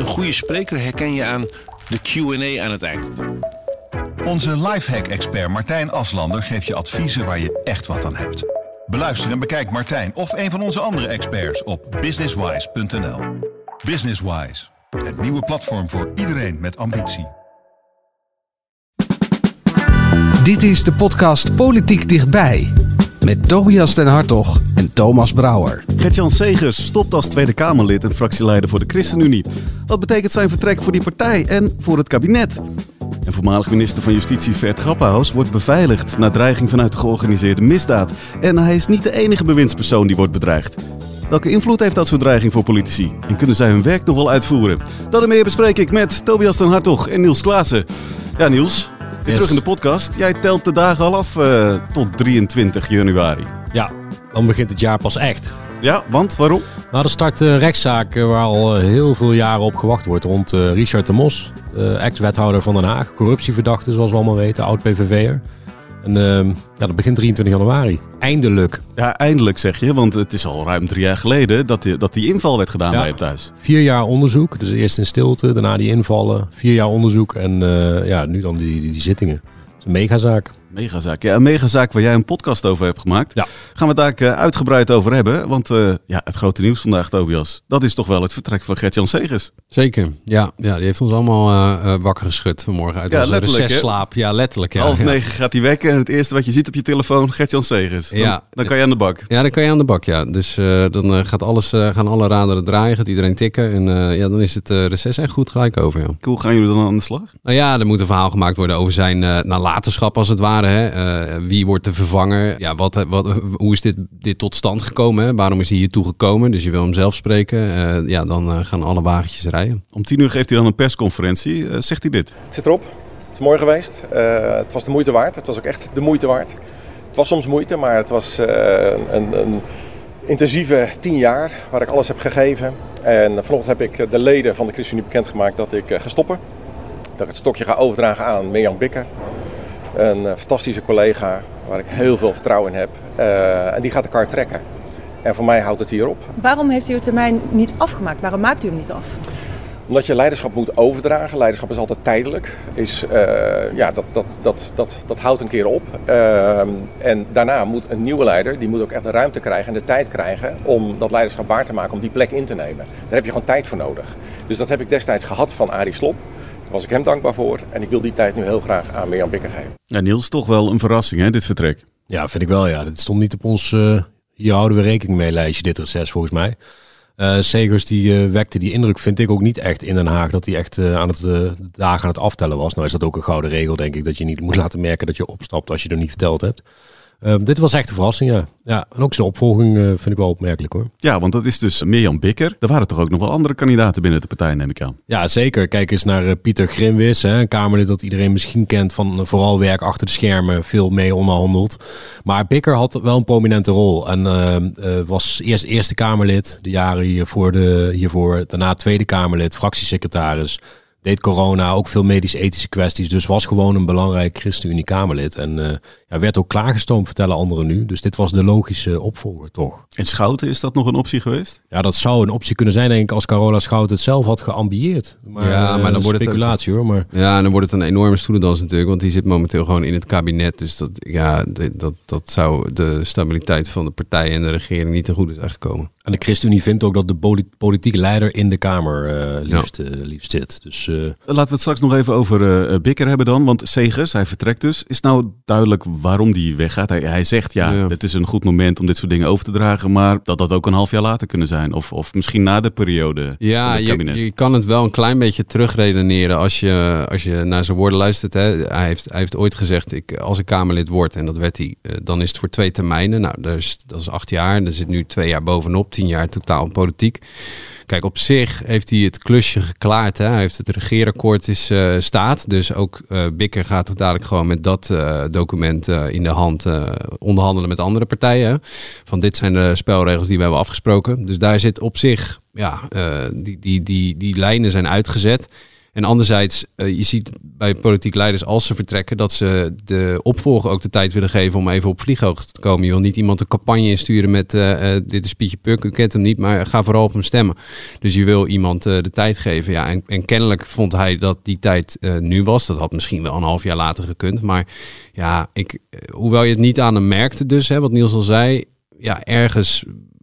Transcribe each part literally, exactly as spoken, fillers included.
goede spreker herken je aan de Q en A aan het eind. Onze lifehack-expert Martijn Aslander geeft je adviezen waar je echt wat aan hebt. Beluister en bekijk Martijn of een van onze andere experts op businesswise punt n l. Businesswise, het nieuwe platform voor iedereen met ambitie. Dit is de podcast Politiek Dichtbij. Met Tobias den Hartog en Thomas Brouwer. Gert-Jan Segers stopt als Tweede Kamerlid en fractieleider voor de ChristenUnie. Wat betekent zijn vertrek voor die partij en voor het kabinet? En voormalig minister van Justitie Vert Grapperhaus wordt beveiligd na dreiging vanuit de georganiseerde misdaad. En hij is niet de enige bewindspersoon die wordt bedreigd. Welke invloed heeft dat soort dreiging voor politici? En kunnen zij hun werk nog wel uitvoeren? Dat en meer bespreek ik met Tobias den Hartog en Niels Klaassen. Ja, Niels, weer yes. terug in de podcast. Jij telt de dagen al af uh, tot drieëntwintig januari. Ja, dan begint het jaar pas echt. Ja, want waarom? Nou, er start de rechtszaak waar al heel veel jaren op gewacht wordt rond uh, Richard de Mos, uh, ex-wethouder van Den Haag, corruptieverdachte zoals we allemaal weten, oud-P V V'er. En uh, ja, dat begint drieëntwintig januari. Eindelijk. Ja, eindelijk zeg je, want het is al ruim drie jaar geleden dat die, dat die inval werd gedaan ja. bij hem thuis. Vier jaar onderzoek, dus eerst in stilte, daarna die invallen. Vier jaar onderzoek en uh, ja, nu dan die, die, die zittingen. Dat is een megazaak. Megazaak. Ja, een megazaak waar jij een podcast over hebt gemaakt. Ja. Gaan we het daar uitgebreid over hebben. Want uh, ja, het grote nieuws vandaag, Tobias, dat is toch wel het vertrek van Gert-Jan Segers. Zeker. Ja, ja, die heeft ons allemaal uh, wakker geschud vanmorgen uit ja, onze recessslaap. Ja, letterlijk. Ja. Half ja. negen gaat hij wekken en het eerste wat je ziet op je telefoon, Gert-Jan Segers. Dan, ja. dan kan je aan de bak. Ja, dan kan je aan de bak, ja. Dus uh, dan uh, gaat alles, uh, gaan alle raderen draaien, gaat iedereen tikken. En uh, ja, dan is het uh, reces echt goed gelijk over, ja. Hoe gaan jullie dan aan de slag? Nou ja, er moet een verhaal gemaakt worden over zijn uh, nalatenschap als het ware, hè. Uh, Wie wordt de vervanger? Ja, wat, wat, hoe is dit, dit tot stand gekomen? Hè? Waarom is hij hier toegekomen? Dus je wil hem zelf spreken. Uh, ja, dan uh, gaan alle wagentjes rijden. Om tien uur geeft hij dan een persconferentie. Uh, zegt hij dit? Het zit erop. Het is mooi geweest. Uh, het was de moeite waard. Het was ook echt de moeite waard. Het was soms moeite, maar het was uh, een, een intensieve tien jaar waar ik alles heb gegeven. En vanochtend heb ik de leden van de ChristenUnie bekendgemaakt dat ik uh, ga stoppen. Dat ik het stokje ga overdragen aan Mirjam Bikker. Een uh, fantastische collega waar ik heel veel vertrouwen in heb. Uh, en die gaat de kar trekken. En voor mij houdt het hier op. Waarom heeft u uw termijn niet afgemaakt? Waarom maakt u hem niet af? Omdat je leiderschap moet overdragen. Leiderschap is altijd tijdelijk. Is, uh, ja, dat, dat, dat, dat, dat houdt een keer op. Uh, en daarna moet een nieuwe leider, die moet ook echt de ruimte krijgen en de tijd krijgen om dat leiderschap waar te maken, om die plek in te nemen. Daar heb je gewoon tijd voor nodig. Dus dat heb ik destijds gehad van Arie Slob. Daar was ik hem dankbaar voor en ik wil die tijd nu heel graag aan Mirjam Bikker geven. Ja, Niels, toch wel een verrassing, hè, dit vertrek? Ja, vind ik wel. Ja, dit stond niet op ons, uh, hier houden we rekening mee lijstje, dit reces volgens mij. Uh, Segers die uh, wekte die indruk, vind ik ook niet echt in Den Haag, dat hij echt uh, aan het uh, dagen aan het aftellen was. Nou is dat ook een gouden regel, denk ik, dat je niet moet laten merken dat je opstapt als je er niet verteld hebt. Uh, dit was echt een verrassing, ja. ja. En ook zijn opvolging uh, vind ik wel opmerkelijk, hoor. Ja, want dat is dus Mirjam Bikker. Er waren toch ook nog wel andere kandidaten binnen de partij, neem ik aan. Ja, zeker. Kijk eens naar uh, Pieter Grimwis, hè, een Kamerlid dat iedereen misschien kent van uh, vooral werk achter de schermen, veel mee onderhandeld. Maar Bikker had wel een prominente rol en uh, uh, was eerst Eerste Kamerlid, de jaren hiervoor, de, hiervoor, daarna Tweede Kamerlid, fractiesecretaris. Deed corona, ook veel medisch-ethische kwesties. Dus was gewoon een belangrijk ChristenUnie-Kamerlid. En uh, ja, werd ook klaargestoomd, vertellen anderen nu. Dus dit was de logische opvolger, toch? En Schouten, is dat nog een optie geweest? Ja, dat zou een optie kunnen zijn, denk ik, als Carola Schouten het zelf had geambieerd. Maar, ja, maar dan uh, wordt speculatie, het hoor. Maar... Ja, en dan wordt het een enorme stoelendans natuurlijk. Want die zit momenteel gewoon in het kabinet. Dus dat, ja, dat, dat zou de stabiliteit van de partij en de regering niet ten goede zijn gekomen. En de ChristenUnie vindt ook dat de politieke leider in de Kamer uh, liefst, ja. uh, liefst zit. Dus, uh... Laten we het straks nog even over uh, Bikker hebben dan. Want Segers, hij vertrekt dus. Is nou duidelijk waarom die weggaat? Hij, hij zegt ja, ja, het is een goed moment om dit soort dingen over te dragen. Maar dat dat ook een half jaar later kunnen zijn. Of, of misschien na de periode ja, van het kabinet. Je, je kan het wel een klein beetje terugredeneren als je, als je naar zijn woorden luistert. Hè. Hij, heeft, hij heeft ooit gezegd, ik, als ik Kamerlid word, en dat werd hij, uh, dan is het voor twee termijnen. Nou, dat is, dat is acht jaar. Er zit nu twee jaar bovenop, tien jaar totaal politiek. Kijk, op zich heeft hij het klusje geklaard. Hè. Hij heeft het regeerakkoord is uh, staat. Dus ook uh, Bikker gaat toch dadelijk gewoon met dat uh, document uh, in de hand uh, onderhandelen met andere partijen. Hè. Van dit zijn de spelregels die we hebben afgesproken. Dus daar zit op zich, ja, uh, die, die, die, die lijnen zijn uitgezet. En anderzijds, uh, je ziet bij politiek leiders als ze vertrekken dat ze de opvolger ook de tijd willen geven om even op vlieghoogte te komen. Je wil niet iemand een campagne insturen met uh, uh, dit is Pietje Puk, u kent hem niet, maar ga vooral op hem stemmen. Dus je wil iemand uh, de tijd geven. Ja, en, en kennelijk vond hij dat die tijd uh, nu was. Dat had misschien wel een half jaar later gekund. Maar ja, ik, uh, hoewel je het niet aan hem merkte dus, hè, wat Niels al zei, ja, ergens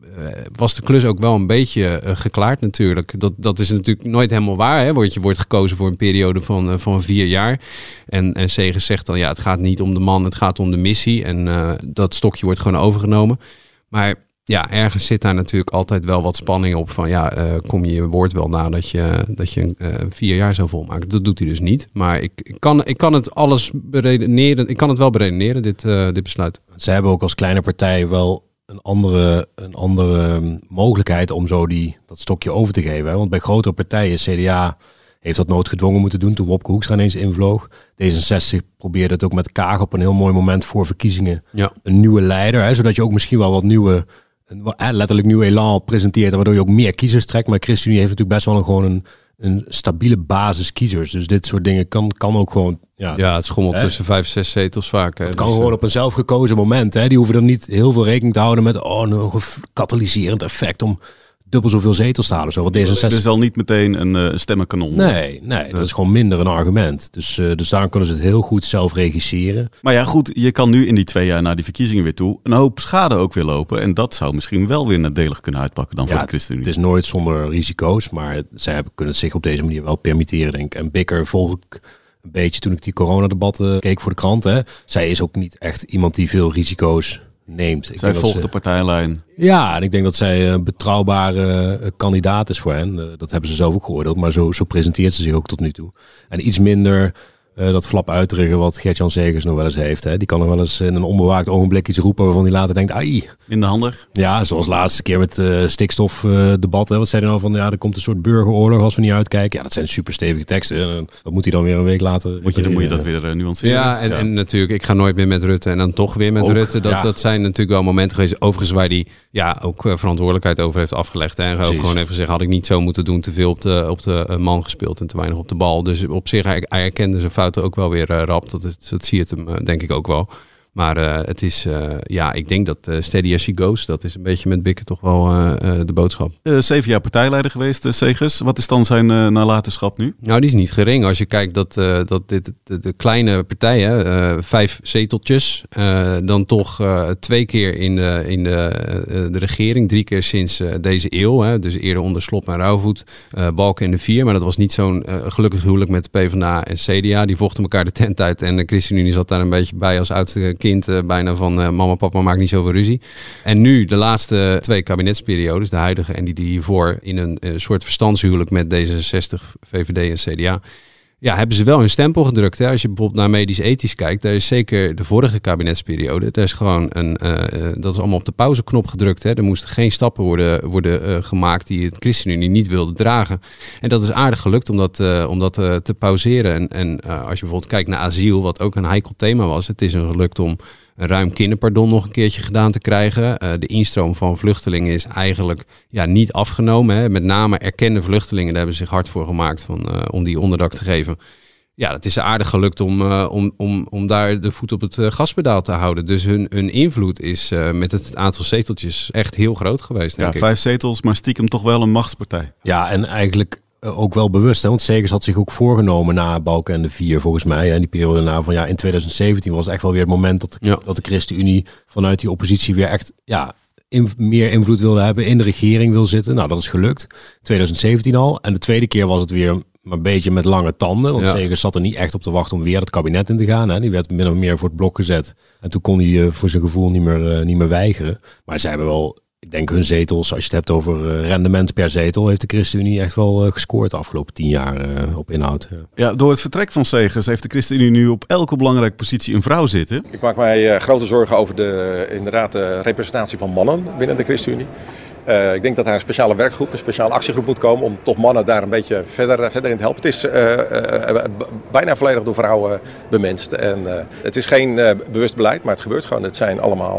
was de klus ook wel een beetje uh, geklaard natuurlijk. Dat, dat is natuurlijk nooit helemaal waar. Hè? Want je wordt gekozen voor een periode van, uh, van vier jaar. En, en Segers zegt dan, ja, het gaat niet om de man, het gaat om de missie. En uh, dat stokje wordt gewoon overgenomen. Maar ja, ergens zit daar natuurlijk altijd wel wat spanning op van, ja, uh, kom je je woord wel na dat je, dat je uh, vier jaar zou volmaken. Dat doet hij dus niet. Maar ik, ik, kan, ik kan het alles beredeneren. Ik kan het wel beredeneren, dit, uh, dit besluit. Ze hebben ook als kleine partij wel een andere, een andere mogelijkheid om zo die, dat stokje over te geven. Hè? Want bij grotere partijen, C D A heeft dat noodgedwongen moeten doen toen Wopke Hoekstra ineens invloog. D zesenzestig probeerde het ook met Kaag op een heel mooi moment voor verkiezingen. Ja. Een nieuwe leider, hè? Zodat je ook misschien wel wat nieuwe, een, letterlijk nieuw elan presenteert, waardoor je ook meer kiezers trekt. Maar ChristenUnie heeft natuurlijk best wel een, gewoon een, een stabiele basis kiezers. Dus dit soort dingen kan, kan ook gewoon... Ja, ja, het schommelt hè? tussen vijf, zes zetels vaak. Hè? Het kan dus, gewoon op een zelfgekozen moment. Hè? Die hoeven er niet heel veel rekening te houden met oh, een katalyserend effect om dubbel zoveel zetels te halen. Zo. Want D zesenzestig... Het is al niet meteen een uh, stemmenkanon. Nee, nee, dat is gewoon minder een argument. Dus, uh, dus daarom kunnen ze het heel goed zelf regisseren. Maar ja, goed, je kan nu in die twee jaar na die verkiezingen weer toe een hoop schade ook weer lopen. En dat zou misschien wel weer nadelig kunnen uitpakken dan ja, voor de ChristenUnie. Het is nooit zonder risico's, maar zij hebben, kunnen het zich op deze manier wel permitteren, denk ik. En Bikker volg ik een beetje toen ik die coronadebatten keek voor de krant. Hè. Zij is ook niet echt iemand die veel risico's neemt. Ik zij volgt ze, de partijlijn. Ja, en ik denk dat zij een betrouwbare uh, kandidaat is voor hen. Uh, dat hebben ze zelf ook geoordeeld, maar zo, zo presenteert ze zich ook tot nu toe. En iets minder uh, dat flap uitdruggen wat Gert-Jan Segers nog wel eens heeft. Hè. Die kan nog wel eens in een onbewaakt ogenblik iets roepen waarvan hij later denkt, ai. In de handig? Ja, zoals laatste keer met uh, stikstofdebat. Uh, wat zei hij nou van, ja, er komt een soort burgeroorlog als we niet uitkijken. Ja, dat zijn super stevige teksten. Uh, dat moet hij dan weer een week later... Moet je, dan moet je dat weer uh, nuanceren. Ja en, ja, en natuurlijk, ik ga nooit meer met Rutte en dan toch weer met ook, Rutte. Dat, ja. dat zijn natuurlijk wel momenten geweest, overigens waar hij ja, ook uh, verantwoordelijkheid over heeft afgelegd. Hè. En ook gewoon even zeggen, had ik niet zo moeten doen, te veel op de, op de uh, man gespeeld en te weinig op de bal. Dus op zich, hij, hij erkende zijn fouten ook wel weer uh, rap. Dat, is, dat zie je het hem uh, denk ik ook wel. Maar uh, het is, uh, ja, ik denk dat uh, steady as she goes, dat is een beetje met Bikker toch wel uh, uh, de boodschap. Uh, zeven jaar partijleider geweest, uh, Segers. Wat is dan zijn uh, nalatenschap nu? Nou, die is niet gering. Als je kijkt dat, uh, dat dit, de, de kleine partijen, uh, vijf zeteltjes, uh, dan toch uh, twee keer in, de, in de, uh, de regering, drie keer sinds uh, deze eeuw. Hè, dus eerder onder Slop en Rauwvoet, uh, Balken in de vier. Maar dat was niet zo'n uh, gelukkig huwelijk met de PvdA en C D A. Die vochten elkaar de tent uit en de ChristenUnie zat daar een beetje bij als oudste kind. Kind uh, bijna van uh, mama, papa, maak niet zoveel ruzie. En nu de laatste twee kabinetsperiodes, de huidige en die, die hiervoor, in een uh, soort verstandshuwelijk met D zesenzestig, V V D en C D A. Ja, hebben ze wel hun stempel gedrukt. Hè? Als je bijvoorbeeld naar medisch-ethisch kijkt, daar is zeker de vorige kabinetsperiode, daar is gewoon een, uh, uh, dat is allemaal op de pauzeknop gedrukt. Hè? Er moesten geen stappen worden, worden uh, gemaakt die het ChristenUnie niet wilde dragen. En dat is aardig gelukt om dat, uh, om dat uh, te pauzeren. En, en uh, als je bijvoorbeeld kijkt naar asiel, wat ook een heikel thema was, het is een gelukt om een ruim kinderpardon nog een keertje gedaan te krijgen. Uh, de instroom van vluchtelingen is eigenlijk ja, niet afgenomen. Hè. Met name erkende vluchtelingen, daar hebben ze zich hard voor gemaakt van, uh, om die onderdak te geven. Ja, dat is aardig gelukt om, uh, om, om, om daar de voet op het uh, gaspedaal te houden. Dus hun, hun invloed is uh, met het aantal zeteltjes echt heel groot geweest. Denk ja, ik. Vijf zetels, maar stiekem toch wel een machtspartij. Ja, en eigenlijk ook wel bewust, hè? Want Segers had zich ook voorgenomen na Balken en de Vier, volgens mij. En die periode na van ja, in twintig zeventien was echt wel weer het moment dat de, ja. dat de ChristenUnie vanuit die oppositie weer echt ja, in, meer invloed wilde hebben, in de regering wil zitten. Nou, dat is gelukt. twintig zeventien al. En de tweede keer was het weer een beetje met lange tanden. Want ja. Segers zat er niet echt op te wachten om weer het kabinet in te gaan. Hè? Die werd min of meer voor het blok gezet. En toen kon hij uh, voor zijn gevoel niet meer, uh, niet meer weigeren. Maar zij hebben wel, ik denk hun zetels, als je het hebt over uh, rendement per zetel, heeft de ChristenUnie echt wel uh, gescoord de afgelopen tien jaar uh, op inhoud. Ja. ja, door het vertrek van Segers heeft de ChristenUnie nu op elke belangrijke positie een vrouw zitten. Ik maak mij uh, grote zorgen over de, inderdaad, de representatie van mannen binnen de ChristenUnie. Uh, ik denk dat daar een speciale werkgroep, een speciale actiegroep moet komen om toch mannen daar een beetje verder, verder in te helpen. Het is uh, uh, bijna volledig door vrouwen bemenst. En, uh, het is geen uh, bewust beleid, maar het gebeurt gewoon. Het zijn allemaal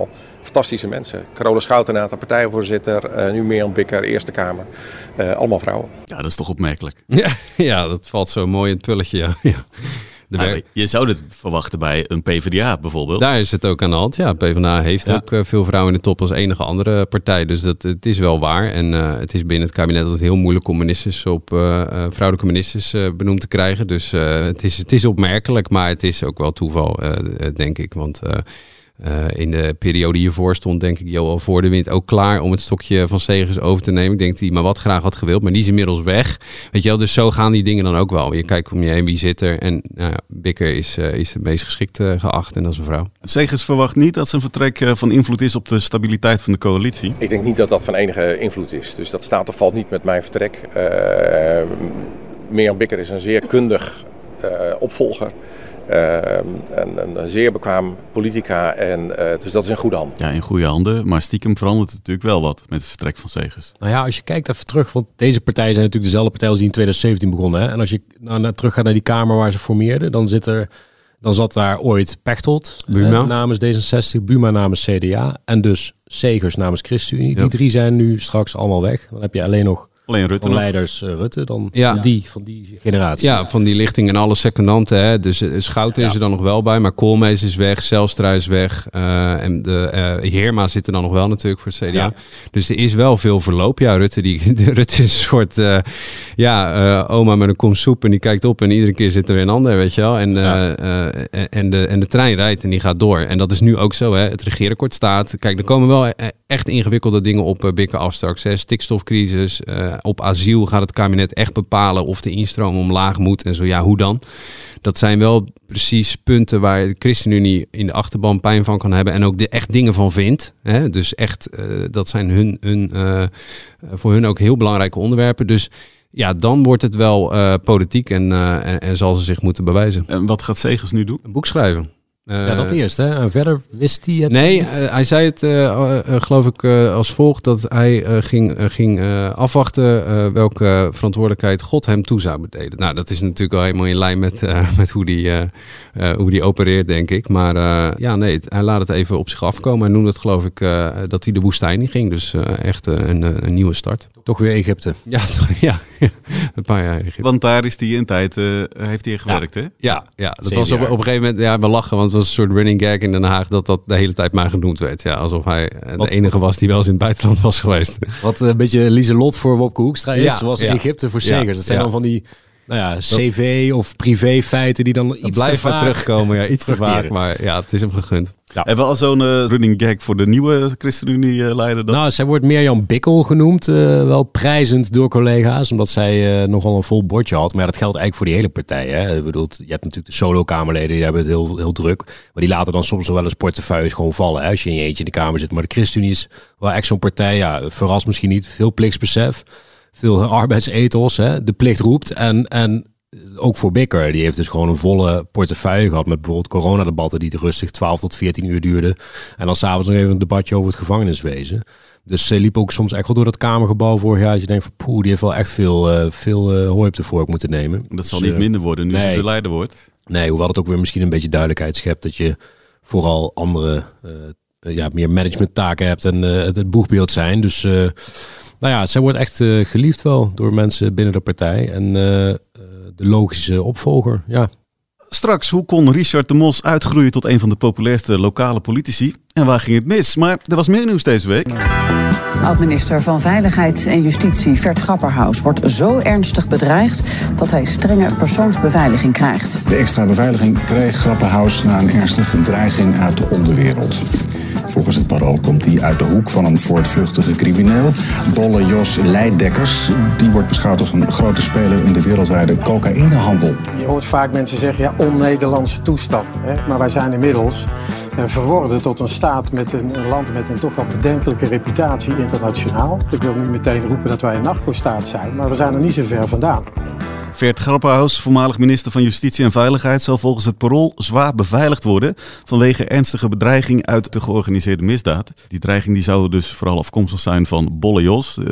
fantastische mensen. Carola Schouten, de partijvoorzitter, uh, nu Mirjam Bikker, Eerste Kamer. Uh, allemaal vrouwen. Ja, dat is toch opmerkelijk. Ja, ja, dat valt zo mooi in het pulletje. Ja. Ja. De nou, je zou dit verwachten bij een P v d A bijvoorbeeld. Daar is het ook aan de hand. Ja, PvdA heeft ja. ook uh, veel vrouwen in de top als enige andere partij. Dus dat, het is wel waar. En uh, het is binnen het kabinet altijd heel moeilijk om ministers op uh, uh, vrouwelijke ministers uh, benoemd te krijgen. Dus uh, het, is, het is opmerkelijk, maar het is ook wel toeval, uh, denk ik. Want uh, uh, in de periode hiervoor stond, denk ik, Johan Voordewind ook klaar om het stokje van Segers over te nemen. Ik denk dat hij maar wat graag had gewild, maar die is inmiddels weg. Weet je wel, dus zo gaan die dingen dan ook wel. Je kijkt om je heen, wie zit er. En nou ja, Bikker is, uh, is het meest geschikt uh, geacht en dat is een vrouw. Segers verwacht niet dat zijn vertrek uh, van invloed is op de stabiliteit van de coalitie. Ik denk niet dat dat van enige invloed is. Dus dat staat of valt niet met mijn vertrek. Uh, Mirjam Bikker is een zeer kundig uh, opvolger. Uh, een, een zeer bekwaam politica en uh, dus dat is in goede handen. Ja, in goede handen, maar stiekem verandert het natuurlijk wel wat met het vertrek van Segers. Nou ja, als je kijkt even terug, want deze partijen zijn natuurlijk dezelfde partij als die in twintig zeventien begonnen. Hè? En als je nou, naar, terug gaat naar die kamer waar ze formeerden, dan zit er, dan zat daar ooit Pechtold Buma. Eh, namens D zesenzestig, Buma namens C D A en dus Segers namens ChristenUnie. Ja. Die drie zijn nu straks allemaal weg. Dan heb je alleen nog Alleen Rutte van nog. leiders uh, Rutte, dan Ja. van, die, van die generatie. Ja, van die lichting en alle secundanten. Hè. Dus uh, Schouten is Ja. er dan nog wel bij, maar Koolmees is weg, Zijlstra is weg. Uh, en de uh, Heerma zit er dan nog wel natuurlijk voor het C D A. Ja. Dus er is wel veel verloop. Ja, Rutte, die, de, Rutte is een soort uh, ja, uh, oma met een kom soep en die kijkt op en iedere keer zit er weer een ander, weet je wel. En, uh, Ja. uh, en, de, en de trein rijdt en die gaat door. En dat is nu ook zo, hè. Het regeerakkoord staat. Kijk, er komen wel echt ingewikkelde dingen op uh, Bikker af straks. Hè. Stikstofcrisis, uh, op asiel gaat het kabinet echt bepalen of de instroom omlaag moet en zo ja, hoe dan? Dat zijn wel precies punten waar de ChristenUnie in de achterban pijn van kan hebben en ook de echt dingen van vindt. Hè? Dus echt, uh, dat zijn hun, hun, uh, voor hun ook heel belangrijke onderwerpen. Dus ja, dan wordt het wel uh, politiek en, uh, en, en zal ze zich moeten bewijzen. En wat gaat Segers nu doen? Een boek schrijven. Uh, Ja, dat eerst, hè. En verder wist hij het Nee, niet. uh, hij zei het, uh, uh, geloof ik, uh, als volgt dat hij uh, ging, uh, ging uh, afwachten uh, welke verantwoordelijkheid God hem toe zou bedelen. Nou, dat is natuurlijk wel helemaal in lijn met, uh, met hoe die, uh, uh, hoe die opereert, denk ik. Maar uh, ja, nee, het, hij laat het even op zich afkomen. Hij noemde het, geloof ik, uh, dat hij de woestijn in ging. Dus uh, echt uh, een, een nieuwe start. Toch weer Egypte. Ja, ja, een paar jaar Egypte. Want daar is hij in tijd, uh, heeft hij gewerkt, hè? Ja, ja, dat Zeven was op, jaar. op een gegeven moment, ja, we lachen, want het was een soort running gag in Den Haag dat dat de hele tijd maar genoemd werd. Ja, alsof hij uh, de Wat- enige was die wel eens in het buitenland was geweest. Wat een beetje Lieselot voor Wopke Hoekstra is, Ja, was ja. Egypte voor Ja, Segers. Dat zijn ja. dan van die nou ja, C V of privé feiten die dan Het iets blijft te maar vaag terugkomen, ja, iets te vaag, terugkeren. maar ja, het is hem gegund. En wel zo'n uh, running gag voor de nieuwe ChristenUnie-leider dan? Nou, zij wordt Mirjam Bikkel genoemd, uh, wel prijzend door collega's, omdat zij uh, nogal een vol bordje had. Maar ja, dat geldt eigenlijk voor die hele partij. Hè. Ik bedoel, je hebt natuurlijk de solo-kamerleden, die hebben het heel, heel druk. Maar die laten dan soms nog wel eens portefeuilles gewoon vallen. Hè, als je in je eentje in de Kamer zit. Maar de ChristenUnie is wel echt zo'n partij, ja, verrast misschien niet, veel plichtsbesef, veel arbeidsethos, hè. De plicht roept en... en ook voor Bikker, die heeft dus gewoon een volle portefeuille gehad met bijvoorbeeld coronadebatten die rustig twaalf tot veertien uur duurden. En dan s'avonds nog even een debatje over het gevangeniswezen. Dus ze liep ook soms echt wel door dat Kamergebouw vorig jaar. Dat je denkt van poeh, die heeft wel echt veel, uh, veel uh, hooi op de vork moeten nemen. Dat zal Dus, niet uh, minder worden nu nee. ze de leider wordt. Nee, hoewel het ook weer misschien een beetje duidelijkheid schept dat je vooral andere, uh, uh, ja, meer managementtaken hebt en uh, het, het boegbeeld zijn. Dus uh, nou ja, zij wordt echt uh, geliefd wel door mensen binnen de partij. En uh, de logische opvolger, ja. Straks, hoe kon Richard de Mos uitgroeien tot een van de populairste lokale politici? En waar ging het mis? Maar er was meer nieuws deze week. Oud-minister van Veiligheid en Justitie Vert Grapperhaus wordt zo ernstig bedreigd dat hij strenge persoonsbeveiliging krijgt. De extra beveiliging kreeg Grapperhaus na een ernstige dreiging uit de onderwereld. Volgens het Parool komt hij uit de hoek van een voortvluchtige crimineel, Bolle Jos Leidekkers. Die wordt beschouwd als een grote speler in de wereldwijde cocaïnehandel. Je hoort vaak mensen zeggen, ja, on-Nederlandse toestanden. Hè? Maar wij zijn inmiddels uh, verworden tot een staat met een, een land met een toch wel bedenkelijke reputatie internationaal. Ik wil niet meteen roepen dat wij een narco-staat zijn, maar we zijn er niet zo ver vandaan. Vert Grapperhaus, voormalig minister van Justitie en Veiligheid, zal volgens het Parool zwaar beveiligd worden vanwege ernstige bedreiging uit de georganiseerde misdaad. Die dreiging die zou dus vooral afkomstig zijn van Bolle Jos. Uh,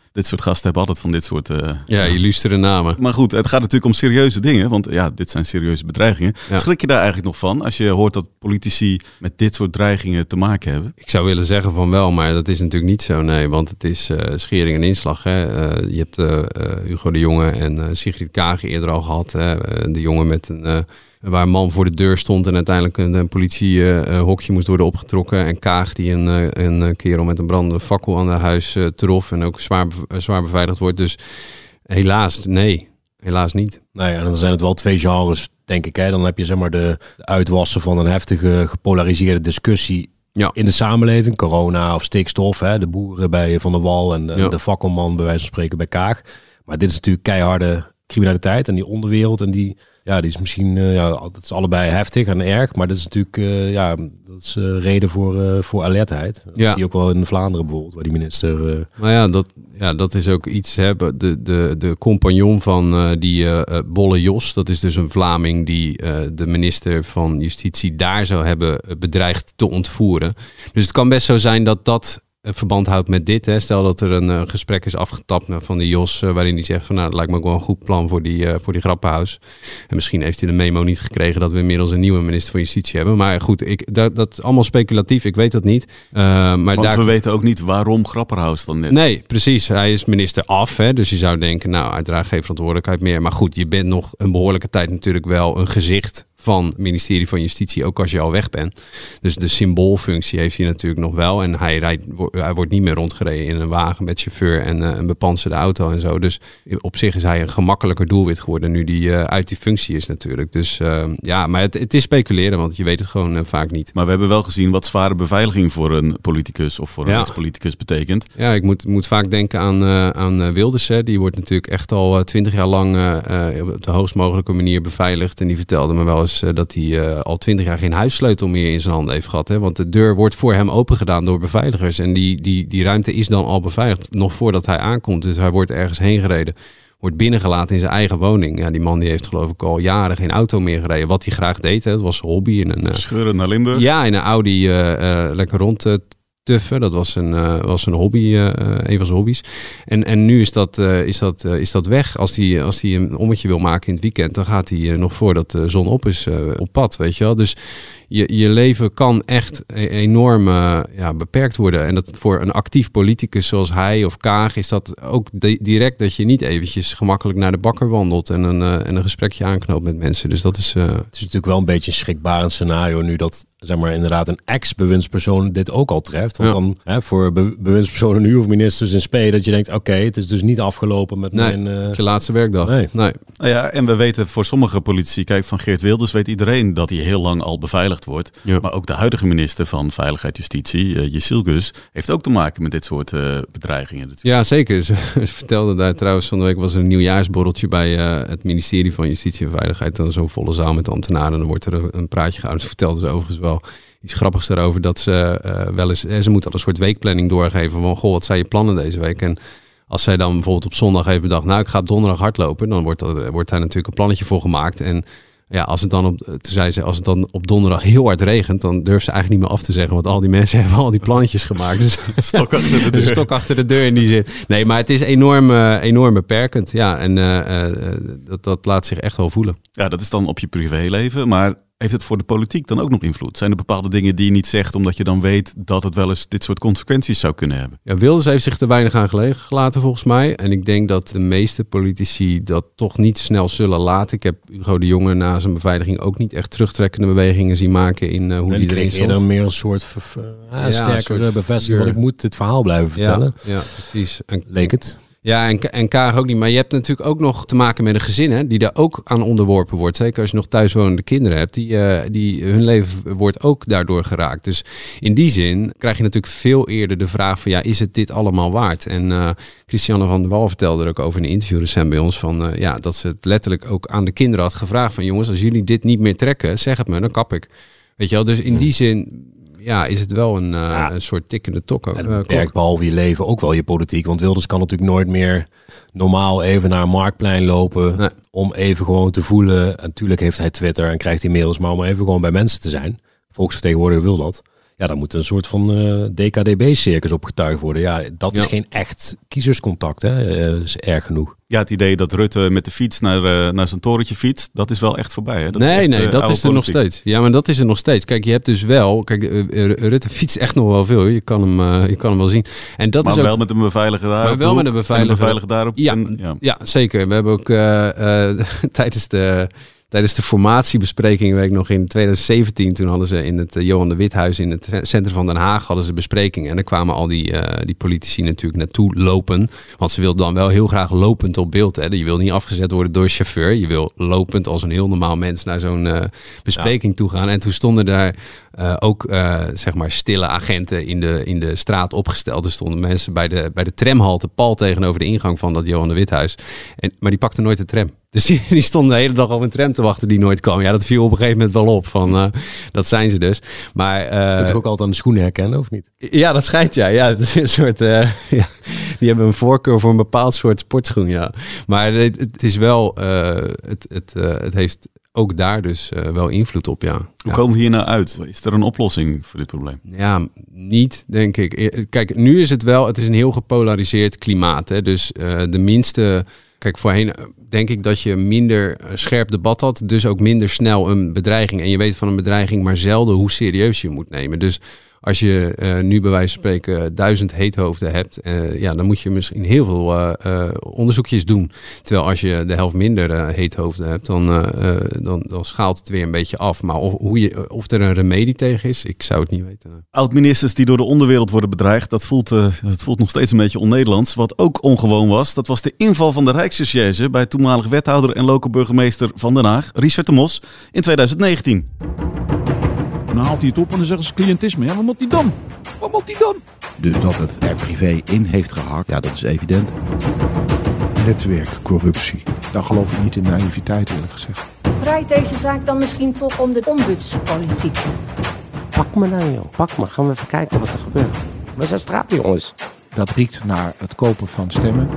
Dit soort gasten hebben altijd van dit soort... Uh, ja, illustere namen. Maar goed, het gaat natuurlijk om serieuze dingen. Want ja, dit zijn serieuze bedreigingen. Ja. Schrik je daar eigenlijk nog van als je hoort dat politici met dit soort dreigingen te maken hebben? Ik zou willen zeggen van wel, maar dat is natuurlijk niet zo. Nee, want het is uh, schering en inslag. Hè. Uh, je hebt uh, uh, Hugo de Jonge en uh, Sigrid Kaag eerder al gehad. Hè. Uh, de jongen met een... Uh, waar een man voor de deur stond en uiteindelijk een, een politiehokje uh, moest worden opgetrokken. En Kaag die een, uh, een kerel met een brandende fakkel aan de huis uh, trof en ook zwaar, uh, zwaar beveiligd wordt. Dus helaas, nee. Helaas niet. Nou ja, en dan zijn het wel twee genres, denk ik. Hè. Dan heb je zeg maar de, de uitwassen van een heftige, gepolariseerde discussie ja. in de samenleving. Corona of stikstof, hè. De boeren bij Van der Wal en ja. de fakkelman bij wijze van spreken bij Kaag. Maar dit is natuurlijk keiharde criminaliteit en die onderwereld en die... Ja, die is misschien, uh, ja, dat is allebei heftig en erg, maar dat is natuurlijk, uh, ja, dat is uh, reden voor, uh, voor alertheid. Dat ja. zie je ook wel in Vlaanderen bijvoorbeeld, waar die minister... Uh... Maar ja, dat, ja, dat is ook iets, hè, de, de, de compagnon van uh, die uh, Bolle Jos, dat is dus een Vlaming die uh, de minister van Justitie daar zou hebben bedreigd te ontvoeren. Dus het kan best zo zijn dat dat... verband houdt met dit. Hè. Stel dat er een uh, gesprek is afgetapt van die Jos, uh, waarin hij zegt van nou, dat lijkt me ook wel een goed plan voor die, uh, voor die grappenhuis. En misschien heeft hij de memo niet gekregen dat we inmiddels een nieuwe minister van Justitie hebben. Maar goed, ik, dat, dat is allemaal speculatief. Ik weet dat niet. Uh, maar Want daar... we weten ook niet waarom Grapperhaus dan net. Nee, precies. Hij is minister af. Hè. Dus je zou denken, nou, uiteraard geen verantwoordelijkheid meer. Maar goed, je bent nog een behoorlijke tijd natuurlijk wel een gezicht van het ministerie van Justitie, ook als je al weg bent. Dus de symboolfunctie heeft hij natuurlijk nog wel. En hij, rijdt, hij wordt niet meer rondgereden in een wagen met chauffeur en uh, een bepantserde auto en zo. Dus op zich is hij een gemakkelijker doelwit geworden nu die uh, uit die functie is natuurlijk. Dus uh, ja, maar het, het is speculeren, want je weet het gewoon uh, vaak niet. Maar we hebben wel gezien wat zware beveiliging voor een politicus of voor een ja. ex-politicus betekent. Ja, ik moet, moet vaak denken aan, uh, aan Wilders. Hè. Die wordt natuurlijk echt al twintig jaar lang uh, uh, op de hoogst mogelijke manier beveiligd. En die vertelde me wel eens dat hij uh, al twintig jaar geen huissleutel meer in zijn handen heeft gehad. Hè? Want de deur wordt voor hem opengedaan door beveiligers. En die, die, die ruimte is dan al beveiligd, nog voordat hij aankomt. Dus hij wordt ergens heen gereden. Wordt binnengelaten in zijn eigen woning. Ja, die man die heeft geloof ik al jaren geen auto meer gereden. Wat hij graag deed, hè? Dat was zijn hobby. In een, uh, Scheuren naar Limburg? Ja, in een Audi uh, uh, lekker rond uh, tuffen. Dat was een, uh, was een hobby, uh, een van zijn hobby's. En, en nu is dat, uh, is, dat, uh, is dat weg. Als hij als die een ommetje wil maken in het weekend, dan gaat hij uh, nog voordat de zon op is uh, op pad, weet je wel. Dus je, je leven kan echt enorm uh, ja, beperkt worden. En dat voor een actief politicus zoals hij of Kaag is dat ook de, direct dat je niet eventjes gemakkelijk naar de bakker wandelt en een, uh, en een gesprekje aanknoopt met mensen. Dus dat is... Uh... Het is natuurlijk wel een beetje een schrikbarend scenario nu dat, zeg maar, inderdaad een ex-bewindspersoon dit ook al treft. Want ja. dan hè, voor be- bewindspersonen nu of ministers in spe dat je denkt, oké, okay, het is dus niet afgelopen met nee, mijn... Uh... je laatste werkdag. Nee. nee. Nou ja, en we weten voor sommige politici, kijk van Geert Wilders weet iedereen dat hij heel lang al beveiligd wordt. Ja. Maar ook de huidige minister van Veiligheid Justitie, uh, Jessel Gus, heeft ook te maken met dit soort uh, bedreigingen. Natuurlijk. Ja, zeker. Ze, ze vertelde daar trouwens, van de week was er een nieuwjaarsborreltje bij uh, het ministerie van Justitie en Veiligheid. Dan zo'n volle zaal met ambtenaren. Dan wordt er een praatje gehouden. Ze vertelde ze overigens wel iets grappigs daarover. Dat ze uh, wel eens, ze moeten al een soort weekplanning doorgeven van, goh, wat zijn je plannen deze week? En als zij dan bijvoorbeeld op zondag heeft bedacht, nou, ik ga op donderdag hardlopen, dan wordt, dat, wordt daar natuurlijk een plannetje voor gemaakt. En ja, als het dan op, toen zei ze, als het dan op donderdag heel hard regent, dan durft ze eigenlijk niet meer af te zeggen, want al die mensen hebben al die plannetjes gemaakt. Dus stok achter de deur. Stok achter de deur in die zin. Nee, maar het is enorm, uh, enorm beperkend. Ja, en uh, uh, dat, dat laat zich echt wel voelen. Ja, dat is dan op je privéleven, maar heeft het voor de politiek dan ook nog invloed? Zijn er bepaalde dingen die je niet zegt, omdat je dan weet dat het wel eens dit soort consequenties zou kunnen hebben? Ja, Wilders heeft zich te weinig aan gelegen gelaten volgens mij. En ik denk dat de meeste politici dat toch niet snel zullen laten. Ik heb Hugo de Jonge na zijn beveiliging ook niet echt terugtrekkende bewegingen zien maken in uh, hoe en die erin stond. Eerder meer een soort uh, ja, sterkere soort bevestiging van ik moet dit verhaal blijven vertellen. Ja, ja precies. En, leek het. Ja, en, en Kaag ook niet. Maar je hebt natuurlijk ook nog te maken met een gezin, hè, die daar ook aan onderworpen wordt. Zeker als je nog thuiswonende kinderen hebt. Die, uh, die, hun leven wordt ook daardoor geraakt. Dus in die zin krijg je natuurlijk veel eerder de vraag van, ja, is het dit allemaal waard? En uh, Christiane van der Wal vertelde er ook over in een interview recent bij ons van, uh, ja, dat ze het letterlijk ook aan de kinderen had gevraagd van, jongens, als jullie dit niet meer trekken, zeg het me, dan kap ik. Weet je wel, dus in die zin, ja, is het wel een, uh, ja. een soort tikkende tok. En het beperkt behalve je leven ook wel je politiek. Want Wilders kan natuurlijk nooit meer normaal even naar een marktplein lopen. Nee. Om even gewoon te voelen. En natuurlijk heeft hij Twitter en krijgt hij mails. Maar om even gewoon bij mensen te zijn. Volksvertegenwoordiger wil dat. Ja, daar moet een soort van uh, D K D B-circus op getuigd worden. Ja, dat is Ja. geen echt kiezerscontact, hè. Uh, is erg genoeg. Ja, het idee dat Rutte met de fiets naar, uh, naar zijn torentje fietst, dat is wel echt voorbij. Hè? Dat nee, is echt, nee, uh, dat oude is er nog politiek. steeds. Ja, maar dat is er nog steeds. Kijk, je hebt dus wel... Kijk, uh, Rutte fietst echt nog wel veel. Je kan hem, uh, je kan hem wel zien. En dat Maar is ook, wel met een beveiliger daar maar op de wel hoek met een en beveiliger, beveiliger daarop. Ja, En, ja. ja, zeker. We hebben ook uh, uh, tijdens de... Tijdens de formatiebespreking, weet ik nog, in twintig zeventien, toen hadden ze in het uh, Johan de Withuis in het centrum van Den Haag hadden ze besprekingen. En daar kwamen al die, uh, die politici natuurlijk naartoe lopen. Want ze wilden dan wel heel graag lopend op beeld. Hè. Je wil niet afgezet worden door een chauffeur. Je wil lopend als een heel normaal mens naar zo'n uh, bespreking ja. toe gaan. En toen stonden daar uh, ook uh, zeg maar stille agenten in de, in de straat opgesteld. Er stonden mensen bij de, bij de tramhalte pal tegenover de ingang van dat Johan de Withuis. En, maar die pakten nooit de tram. Dus die, die stonden de hele dag op een tram te wachten die nooit kwam. Ja, dat viel op een gegeven moment wel op. Van, uh, dat zijn ze dus. Maar, uh, Moet je ook altijd aan de schoenen herkennen, of niet? Ja, dat schijnt, ja. ja, dat is een soort, uh, ja. Die hebben een voorkeur voor een bepaald soort sportschoen, ja. Maar het, het is wel... Uh, het, het, uh, het heeft ook daar dus uh, wel invloed op, ja. Hoe ja. komen we hier nou uit? Is er een oplossing voor dit probleem? Ja, niet, denk ik. Kijk, nu is het wel... Het is een heel gepolariseerd klimaat. Hè. Dus uh, de minste... Kijk, voorheen denk ik dat je minder scherp debat had. Dus ook minder snel een bedreiging. En je weet van een bedreiging maar zelden hoe serieus je moet nemen. Dus als je uh, nu bij wijze van spreken duizend heethoofden hebt. Uh, ja, dan moet je misschien heel veel uh, uh, onderzoekjes doen. Terwijl als je de helft minder uh, heethoofden hebt, dan, uh, uh, dan, dan schaalt het weer een beetje af. Maar of, hoe je, of er een remedie tegen is, ik zou het niet weten. Oud-ministers die door de onderwereld worden bedreigd, dat voelt, uh, dat voelt nog steeds een beetje on-Nederlands. Wat ook ongewoon was, dat was de inval van de Rijksrecherche bij toenmalig wethouder en lokale burgemeester van Den Haag, Richard de Mos, in twintig negentien. Dan haalt hij het op en dan zeggen ze cliëntisme. Ja, wat moet hij dan? Wat moet hij dan? Dus dat het er privé in heeft gehakt, ja, dat is evident. Netwerkcorruptie. Dan geloof ik niet in naïviteit, eerlijk gezegd. Draait deze zaak dan misschien toch om de ombudspolitiek? Pak me nou, joh. Pak me. Gaan we even kijken wat er gebeurt. We zijn straat, jongens. Dat riekt naar het kopen van stemmen.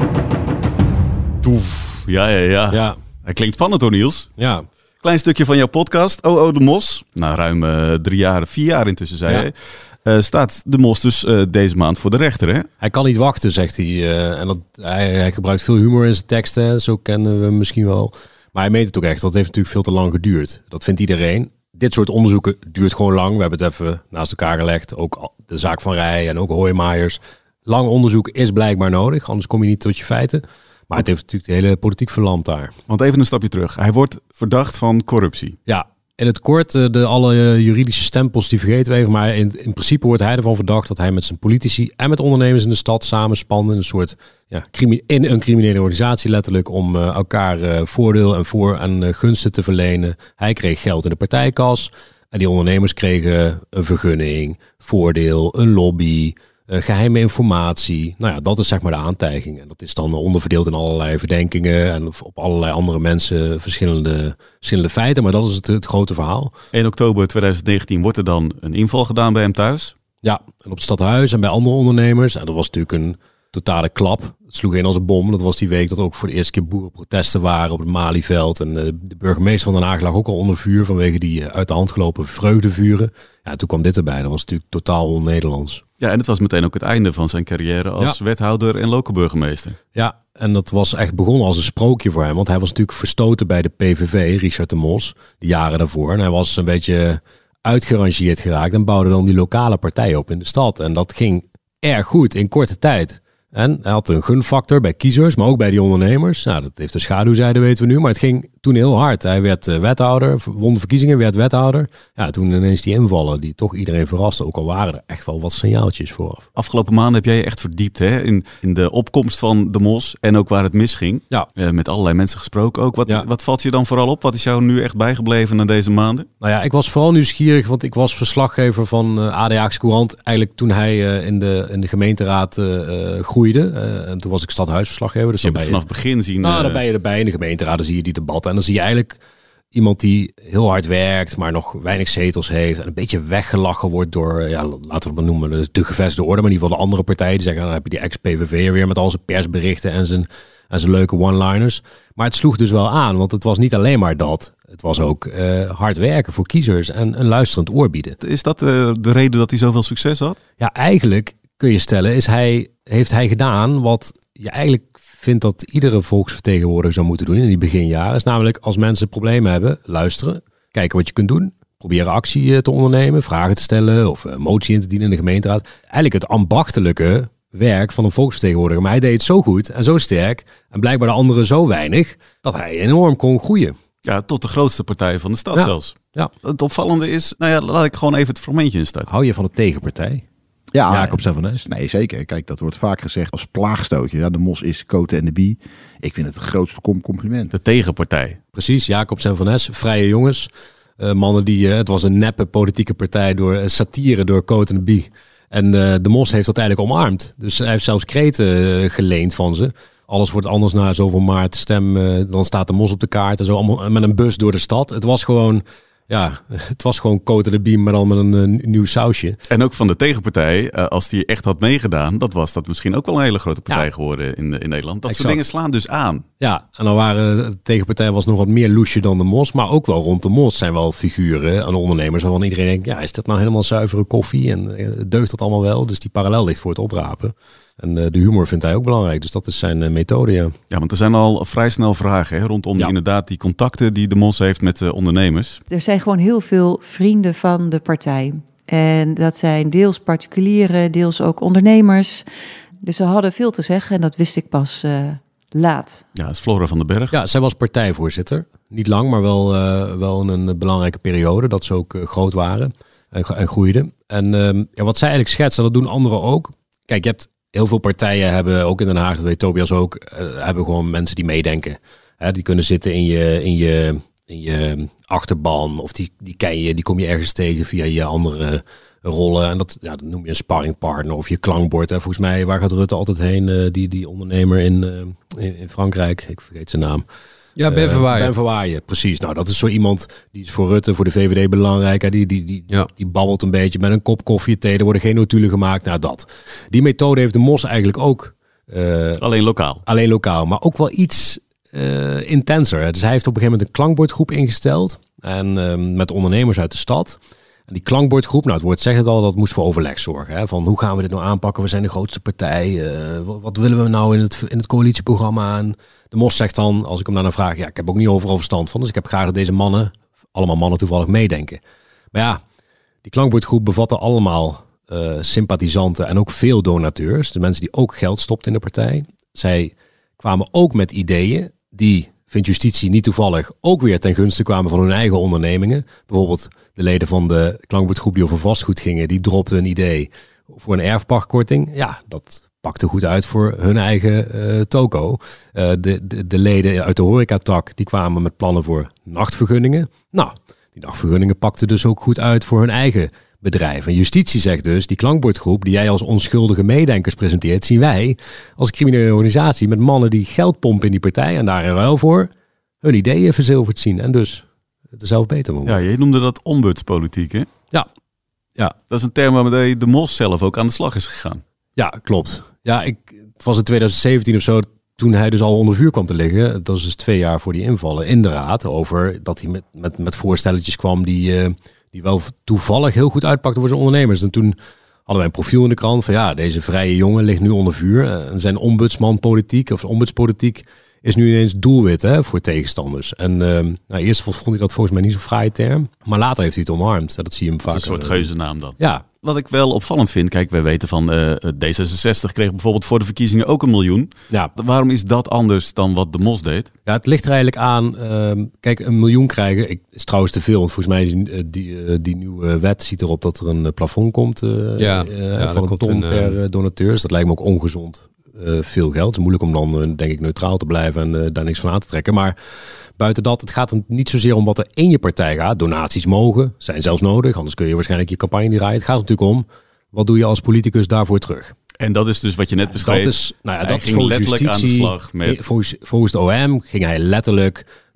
Toef. Ja, ja, ja. ja. Hij klinkt spannend hoor, Niels. Ja. Klein stukje van jouw podcast, O O de Mos. Nou, ruim uh, drie jaar, vier jaar intussen, zei je. Ja. Uh, staat de Mos dus uh, deze maand voor de rechter, hè? Hij kan niet wachten, zegt hij. Uh, en dat, hij, hij gebruikt veel humor in zijn teksten, zo kennen we hem misschien wel. Maar hij meet het ook echt, dat heeft natuurlijk veel te lang geduurd. Dat vindt iedereen. Dit soort onderzoeken duurt gewoon lang. We hebben het even naast elkaar gelegd. Ook de zaak van Rij en ook Hoijmaijers. Lang onderzoek is blijkbaar nodig, anders kom je niet tot je feiten. Maar het heeft natuurlijk de hele politiek verlamd daar. Want even een stapje terug. Hij wordt verdacht van corruptie. Ja, in het kort, de alle juridische stempels die vergeten we even. Maar in, in principe wordt hij ervan verdacht dat hij met zijn politici en met ondernemers in de stad samenspande. In een soort, ja, crimi- in een criminele organisatie letterlijk. Om uh, elkaar uh, voordeel en voor- en uh, gunsten te verlenen. Hij kreeg geld in de partijkas. En die ondernemers kregen een vergunning, voordeel, een lobby... Uh, geheime informatie. Nou ja, dat is zeg maar de aantijging. En dat is dan onderverdeeld in allerlei verdenkingen en op allerlei andere mensen verschillende, verschillende feiten. Maar dat is het, het grote verhaal. één oktober twintig negentien wordt er dan een inval gedaan bij hem thuis. Ja, en op het stadhuis en bij andere ondernemers. En dat was natuurlijk een totale klap. Het sloeg in als een bom. Dat was die week dat ook voor de eerste keer boerenprotesten waren op het Malieveld. En uh, de burgemeester van Den Haag lag ook al onder vuur vanwege die uh, uit de hand gelopen vreugdevuren. Ja, toen kwam dit erbij. Dat was natuurlijk totaal on-Nederlands. Ja, en het was meteen ook het einde van zijn carrière als ja. wethouder en lokale burgemeester. Ja, en dat was echt begonnen als een sprookje voor hem. Want hij was natuurlijk verstoten bij de P V V, Richard de Mos, de jaren daarvoor. En hij was een beetje uitgerangeerd geraakt en bouwde dan die lokale partij op in de stad. En dat ging erg goed in korte tijd. En hij had een gunfactor bij kiezers, maar ook bij die ondernemers. Nou, dat heeft de schaduwzijde, weten we nu. Maar het ging toen heel hard. Hij werd uh, wethouder, won de verkiezingen, werd wethouder. Ja, toen ineens die invallen die toch iedereen verrasten. Ook al waren er echt wel wat signaaltjes vooraf. Afgelopen maanden heb jij je echt verdiept hè? In, in de opkomst van de Mos en ook waar het misging. Ja. Uh, met allerlei mensen gesproken ook. Wat, ja. wat valt je dan vooral op? Wat is jou nu echt bijgebleven na deze maanden? Nou ja, ik was vooral nieuwsgierig, want ik was verslaggever van uh, A D Haagse Courant. Eigenlijk toen hij uh, in, de, in de gemeenteraad uh, groeide. Uh, en toen was ik stadhuisverslaggever. Dus je hebt het vanaf het begin zien. Nou, uh... dan ben je erbij in de gemeenteraad. Dan zie je die debatten. En dan zie je eigenlijk iemand die heel hard werkt, maar nog weinig zetels heeft en een beetje weggelachen wordt door, ja, laten we het noemen, de, de gevestigde orde, maar in ieder geval de andere partijen die zeggen, dan heb je die ex-P V V'er weer met al zijn persberichten en zijn, en zijn leuke one-liners. Maar het sloeg dus wel aan, want het was niet alleen maar dat. Het was ook uh, hard werken voor kiezers en een luisterend oor bieden. Is dat uh, de reden dat hij zoveel succes had? Ja, eigenlijk kun je stellen, is hij, heeft hij gedaan wat je eigenlijk vindt dat iedere volksvertegenwoordiger zou moeten doen in die beginjaren. Is namelijk als mensen problemen hebben, luisteren, kijken wat je kunt doen. Proberen actie te ondernemen, vragen te stellen of een motie in te dienen in de gemeenteraad. Eigenlijk het ambachtelijke werk van een volksvertegenwoordiger. Maar hij deed het zo goed en zo sterk en blijkbaar de anderen zo weinig dat hij enorm kon groeien. Ja, tot de grootste partij van de stad ja. zelfs. Ja. Het opvallende is, nou ja, laat ik gewoon even het fragmentje instarten. Hou je van de tegenpartij? Ja, Jacob Senvanès. Nee, zeker. Kijk, dat wordt vaak gezegd als plaagstootje. Ja, de mos is Koten en de Bie. Ik vind het het grootste compliment. De tegenpartij. Precies, Jacob Senvanès, vrije jongens. Uh, mannen die, uh, het was een neppe politieke partij door uh, satire door Koten en de Bie. En uh, de mos heeft dat eigenlijk omarmd. Dus hij heeft zelfs kreten uh, geleend van ze. Alles wordt anders na zoveel maart stem. Uh, dan staat de mos op de kaart en zo. Allemaal met een bus door de stad. Het was gewoon... Ja, het was gewoon Koten de Bie, maar dan met een, een nieuw sausje. En ook van de tegenpartij, als die echt had meegedaan, dat was dat misschien ook wel een hele grote partij ja. geworden in, in Nederland. Dat exact. soort dingen slaan dus aan. Ja, en dan waren de tegenpartij was nog wat meer loesje dan de mos, maar ook wel rond de mos zijn wel figuren en ondernemers waarvan iedereen denkt, ja, is dat nou helemaal zuivere koffie en deugt dat allemaal wel? Dus die parallel ligt voor het oprapen. En uh, de humor vindt hij ook belangrijk, dus dat is zijn uh, methode, ja. Ja, want er zijn al vrij snel vragen hè, rondom ja. inderdaad die contacten die de mos heeft met uh, ondernemers. Er zijn gewoon heel veel vrienden van de partij. En dat zijn deels particulieren, deels ook ondernemers. Dus ze hadden veel te zeggen en dat wist ik pas uh, laat. Ja, dat is Flora van den Berg. Ja, zij was partijvoorzitter. Niet lang, maar wel, uh, wel in een belangrijke periode dat ze ook uh, groot waren en, en groeiden. En uh, ja, wat zij eigenlijk schetsen, dat doen anderen ook. Kijk, je hebt... Heel veel partijen hebben, ook in Den Haag, dat weet Tobias ook, uh, hebben gewoon mensen die meedenken. Hè, die kunnen zitten in je, in je, in je achterban of die, die ken je, die kom je ergens tegen via je andere rollen. En dat, ja, dat noem je een sparringpartner of je klankbord. Hè. Volgens mij, waar gaat Rutte altijd heen, uh, die, die ondernemer in, uh, in, in Frankrijk? Ik vergeet zijn naam. Ja, Ben Verwaaien. Uh, Ben Verwaaien, precies. Nou, dat is zo iemand die is voor Rutte, voor de V V D belangrijk. Hè. Die, die, die, ja. die babbelt een beetje met een kop koffie, thee. Er worden geen notulen gemaakt. Nou, dat. Die methode heeft de mos eigenlijk ook. Uh, alleen lokaal. Alleen lokaal, maar ook wel iets uh, intenser. Dus hij heeft op een gegeven moment een klankbordgroep ingesteld. En uh, met ondernemers uit de stad. En die klankbordgroep, nou het woord zegt het al, dat moest voor overleg zorgen. Hè? Van hoe gaan we dit nou aanpakken? We zijn de grootste partij. Uh, wat, wat willen we nou in het, in het coalitieprogramma? En de mos zegt dan, als ik hem daarna vraag, ja, ik heb ook niet overal verstand van. Dus ik heb graag dat deze mannen, allemaal mannen toevallig, meedenken. Maar ja, die klankbordgroep bevatte allemaal uh, sympathisanten en ook veel donateurs. De mensen die ook geld stopten in de partij. Zij kwamen ook met ideeën die... vindt justitie niet toevallig ook weer ten gunste kwamen van hun eigen ondernemingen. Bijvoorbeeld de leden van de klankbordgroep die over vastgoed gingen, die dropten een idee voor een erfpachtkorting. Ja, dat pakte goed uit voor hun eigen uh, toko. Uh, de, de, de leden uit de horecatak, die kwamen met plannen voor nachtvergunningen. Nou, die nachtvergunningen pakten dus ook goed uit voor hun eigen bedrijf. En justitie zegt dus, die klankbordgroep die jij als onschuldige meedenkers presenteert, zien wij als criminele organisatie met mannen die geld pompen in die partij en daar in ruil voor hun ideeën verzilverd zien en dus er zelf beter worden. Ja, je noemde dat ombudspolitiek, hè? Ja. ja. Dat is een term waarmee de mos zelf ook aan de slag is gegaan. Ja, klopt. Ja, ik, het was in twintig zeventien of zo, toen hij dus al onder vuur kwam te liggen. Dat is dus twee jaar voor die invallen in de raad, over dat hij met, met, met voorstelletjes kwam die... Uh, die wel toevallig heel goed uitpakte voor zijn ondernemers. En toen hadden wij een profiel in de krant van ja, deze vrije jongen ligt nu onder vuur. En zijn ombudsmanpolitiek of ombudspolitiek is nu ineens doelwit hè, voor tegenstanders. En uh, nou, eerst vond hij dat volgens mij niet zo'n fraaie term. Maar later heeft hij het omarmd. Dat zie je hem vaak. Een soort geuzennaam dan. Ja. Wat ik wel opvallend vind, kijk, wij weten van uh, D zesenzestig kreeg bijvoorbeeld voor de verkiezingen ook een miljoen. Ja. Waarom is dat anders dan wat de mos deed? Ja, het ligt er eigenlijk aan. Uh, kijk, een miljoen krijgen ik, is trouwens te veel. Want volgens mij is die, die, uh, die nieuwe wet ziet erop dat er een plafond komt uh, ja. uh, ja, van een ton een, per uh, donateur. Dus dat lijkt me ook ongezond. Uh, veel geld. Het is moeilijk om dan uh, denk ik neutraal te blijven en uh, daar niks van aan te trekken. Maar buiten dat, het gaat er niet zozeer om wat er in je partij gaat. Donaties mogen, zijn zelfs nodig. Anders kun je waarschijnlijk je campagne niet rijden. Het gaat natuurlijk om, wat doe je als politicus daarvoor terug? En dat is dus wat je net beschreef. Dat is, nou ja, hij dat ging is letterlijk justitie, aan de slag met... Volgens, volgens de O M ging hij letterlijk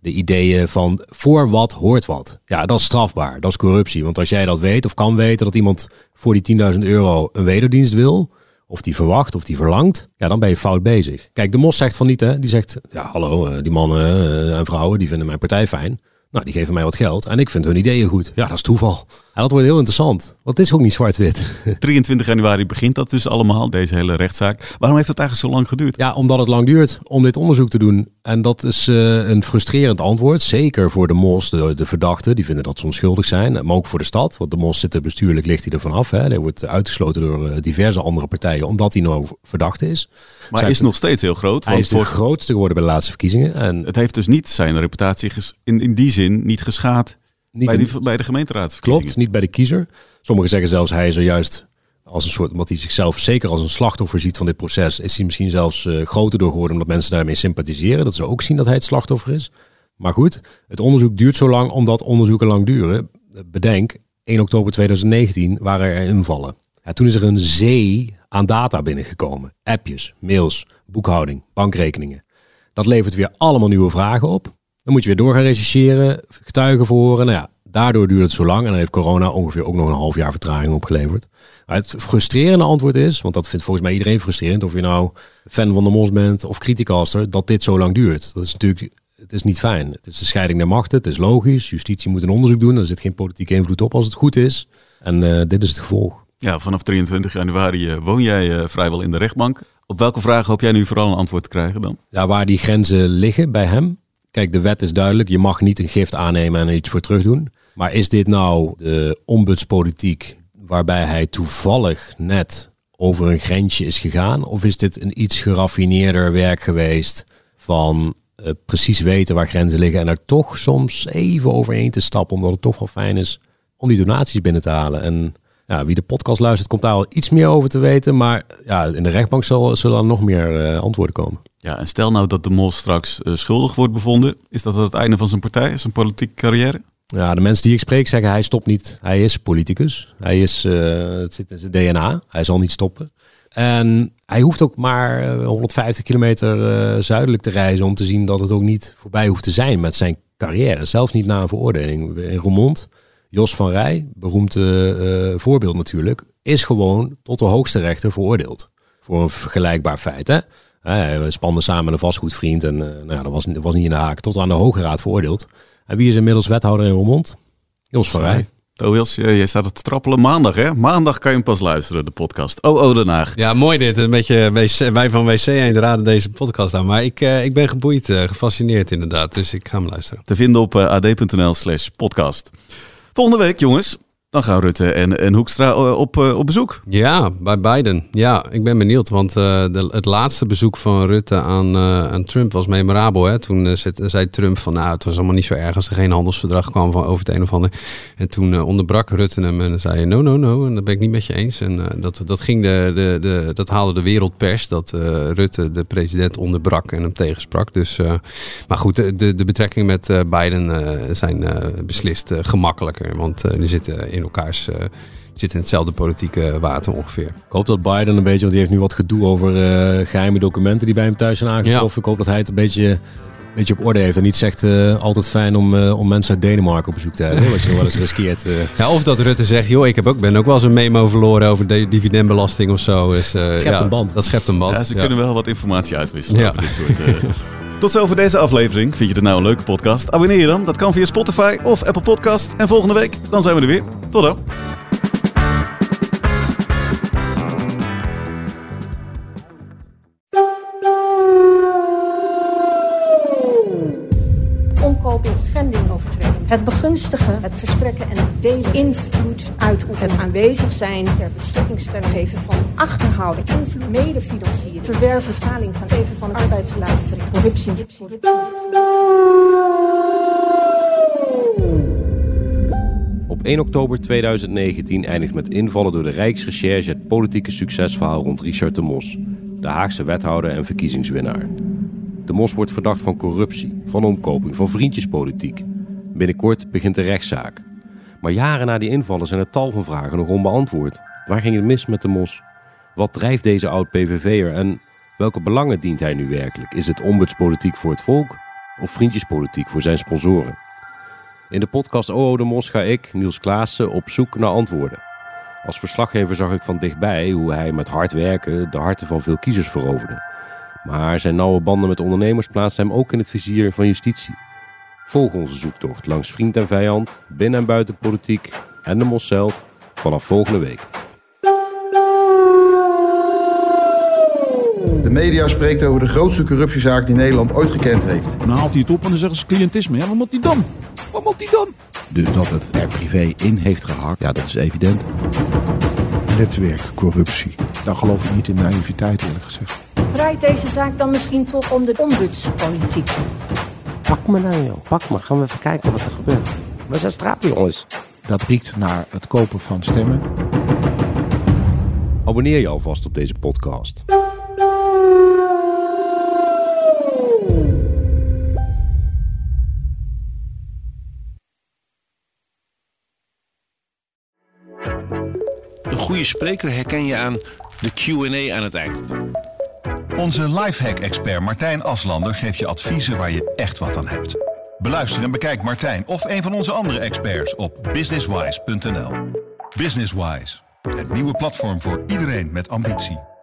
de ideeën van voor wat hoort wat. Ja, dat is strafbaar. Dat is corruptie. Want als jij dat weet of kan weten dat iemand voor die tienduizend euro een wederdienst wil, of die verwacht of die verlangt, ja, dan ben je fout bezig. Kijk, de Mos zegt van niet, hè. Die zegt, ja, hallo, die mannen en vrouwen, die vinden mijn partij fijn. Nou, die geven mij wat geld en ik vind hun ideeën goed. Ja, dat is toeval. En dat wordt heel interessant. Want het is ook niet zwart-wit. drieëntwintig januari begint dat dus allemaal, deze hele rechtszaak. Waarom heeft dat eigenlijk zo lang geduurd? Ja, omdat het lang duurt om dit onderzoek te doen. En dat is uh, een frustrerend antwoord. Zeker voor de Mos, de, de verdachten. Die vinden dat ze onschuldig zijn. Maar ook voor de stad. Want de Mos zit er bestuurlijk, ligt hij er vanaf. Hè. Hij wordt uitgesloten door uh, diverse andere partijen. Omdat hij nou verdachte is. Maar hij is nog steeds heel groot. Hij is de voor... grootste geworden bij de laatste verkiezingen. En het heeft dus niet zijn reputatie ges... in, in die zin niet geschaad. Niet bij, die, in, bij de gemeenteraadsverkiezingen. Klopt, niet bij de kiezer. Sommigen zeggen zelfs hij is er juist als een soort, omdat hij zichzelf zeker als een slachtoffer ziet van dit proces, is hij misschien zelfs uh, groter door geworden omdat mensen daarmee sympathiseren. Dat ze ook zien dat hij het slachtoffer is. Maar goed, het onderzoek duurt zo lang omdat onderzoeken lang duren. Bedenk, één oktober tweeduizend negentien waren er invallen. Ja, toen is er een zee aan data binnengekomen. Appjes, mails, boekhouding, bankrekeningen. Dat levert weer allemaal nieuwe vragen op. Dan moet je weer door gaan rechercheren, getuigen verhoren. Nou ja, daardoor duurt het zo lang. En dan heeft corona ongeveer ook nog een half jaar vertraging opgeleverd. Maar het frustrerende antwoord is, want dat vindt volgens mij iedereen frustrerend, of je nou fan van de Mos bent of criticaster, dat dit zo lang duurt. Dat is natuurlijk, het is niet fijn. Het is de scheiding der machten, het is logisch. Justitie moet een onderzoek doen, er zit geen politieke invloed op als het goed is. En uh, dit is het gevolg. Ja, vanaf drieëntwintig januari uh, woon jij uh, vrijwel in de rechtbank. Op welke vragen hoop jij nu vooral een antwoord te krijgen dan? Ja, waar die grenzen liggen bij hem. Kijk, de wet is duidelijk. Je mag niet een gift aannemen en er iets voor terug doen. Maar is dit nou de ombudspolitiek waarbij hij toevallig net over een grensje is gegaan? Of is dit een iets geraffineerder werk geweest van uh, precies weten waar grenzen liggen en er toch soms even overheen te stappen, omdat het toch wel fijn is om die donaties binnen te halen? En ja, wie de podcast luistert komt daar al iets meer over te weten. Maar ja, in de rechtbank zal, zullen er nog meer uh, antwoorden komen. Ja, en stel nou dat de Mos straks uh, schuldig wordt bevonden. Is dat het einde van zijn partij, zijn politieke carrière? Ja, de mensen die ik spreek zeggen hij stopt niet. Hij is politicus. Hij is, uh, het zit in zijn D N A. Hij zal niet stoppen. En hij hoeft ook maar honderdvijftig kilometer uh, zuidelijk te reizen om te zien dat het ook niet voorbij hoeft te zijn met zijn carrière. Zelfs niet na een veroordeling. In Roermond, Jos van Rij, beroemd uh, voorbeeld natuurlijk, is gewoon tot de hoogste rechter veroordeeld. Voor een vergelijkbaar feit, hè. Hij spande samen met een vastgoedvriend en uh, nou ja, dat, was, dat was niet in de haak. Tot aan de Hoge Raad veroordeeld. En wie is inmiddels wethouder in Roermond? Jos van Rij. Tobias, jij staat te trappelen. Maandag, hè? Maandag kan je hem pas luisteren, de podcast. Oh, oh, Den Haag. Ja, mooi dit. Een beetje W C, wij van W C Eend raden deze podcast aan. Maar ik, uh, ik ben geboeid, uh, gefascineerd inderdaad. Dus ik ga hem luisteren. Te vinden op uh, ad.nl slash podcast. Volgende week, jongens, dan gaan Rutte en, en Hoekstra op, op bezoek. Ja, bij Biden. Ja, ik ben benieuwd. Want uh, de, het laatste bezoek van Rutte aan, uh, aan Trump was memorabel. Hè? Toen uh, zei Trump van, nou, het was allemaal niet zo erg als er geen handelsverdrag kwam van over het een of ander. En toen uh, onderbrak Rutte hem en zei, no, no, no. En dat ben ik niet met je eens. En uh, dat, dat, ging de, de, de, dat haalde de wereldpers, dat uh, Rutte de president onderbrak en hem tegensprak. Dus, uh, maar goed, de, de, de betrekkingen met uh, Biden uh, zijn uh, beslist uh, gemakkelijker. Want uh, die zitten in elkaars... Uh, zitten in hetzelfde politieke water ongeveer. Ik hoop dat Biden een beetje, want die heeft nu wat gedoe over uh, geheime documenten die bij hem thuis zijn aangetroffen. Ja. Ik hoop dat hij het een beetje, een beetje op orde heeft en niet zegt uh, altijd fijn om, uh, om mensen uit Denemarken op bezoek te hebben. Wat je nog wel eens riskeert. Uh. Ja, of dat Rutte zegt, joh, ik heb ook, ben ook wel eens een memo verloren over de dividendbelasting of zo. Dus, uh, schept ja, een band. Dat schept een band. Ja, ze ja. kunnen wel wat informatie uitwisselen ja. over dit soort... Uh... Tot zover deze aflevering. Vind je dit nou een leuke podcast? Abonneer je dan. Dat kan via Spotify of Apple Podcast. En volgende week, dan zijn we er weer. Tot dan. Omkoping, schending, overtreding. Het begunstigen, het verstrekken en het delen. Invloed uitoefenen. Het aanwezig zijn, ter beschikking stellen. Geven van achterhouden. Invloed, medefinancieren. Verwerven, vertaling van geven van arbeid te laten verrichten. Corruptie. Op één oktober tweeduizend negentien eindigt met invallen door de Rijksrecherche het politieke succesverhaal rond Richard de Mos, de Haagse wethouder en verkiezingswinnaar. De Mos wordt verdacht van corruptie, van omkoping, van vriendjespolitiek. Binnenkort begint de rechtszaak. Maar jaren na die invallen zijn er tal van vragen nog onbeantwoord. Waar ging het mis met de Mos? Wat drijft deze oud-P V V'er en welke belangen dient hij nu werkelijk? Is het ombudspolitiek voor het volk? of vriendjespolitiek voor zijn sponsoren. In de podcast O O de Mos ga ik, Niels Klaassen, op zoek naar antwoorden. Als verslaggever zag ik van dichtbij hoe hij met hard werken de harten van veel kiezers veroverde. Maar zijn nauwe banden met ondernemers plaatsen hem ook in het vizier van justitie. Volg onze zoektocht langs vriend en vijand, binnen en buiten politiek en de Mos zelf vanaf volgende week. De media spreekt over de grootste corruptiezaak die Nederland ooit gekend heeft. Dan haalt hij het op en dan zeggen ze cliëntisme. Ja, wat moet hij dan? Wat moet hij dan? Dus dat het er privé in heeft gehakt, ja, dat is evident. Netwerkcorruptie. Dan geloof ik niet in naïviteit, eerlijk gezegd. Draait deze zaak dan misschien toch om de ombudspolitiek? Pak me nou, joh. Pak me. Gaan we even kijken wat er gebeurt. We zijn straatjongens. Dat riekt naar het kopen van stemmen. Abonneer je alvast op deze podcast. Een goede spreker herken je aan de Q en A aan het eind. Onze lifehack-expert Martijn Aslander geeft je adviezen waar je echt wat aan hebt. Beluister en bekijk Martijn of een van onze andere experts op businesswise punt n l. Businesswise, het nieuwe platform voor iedereen met ambitie.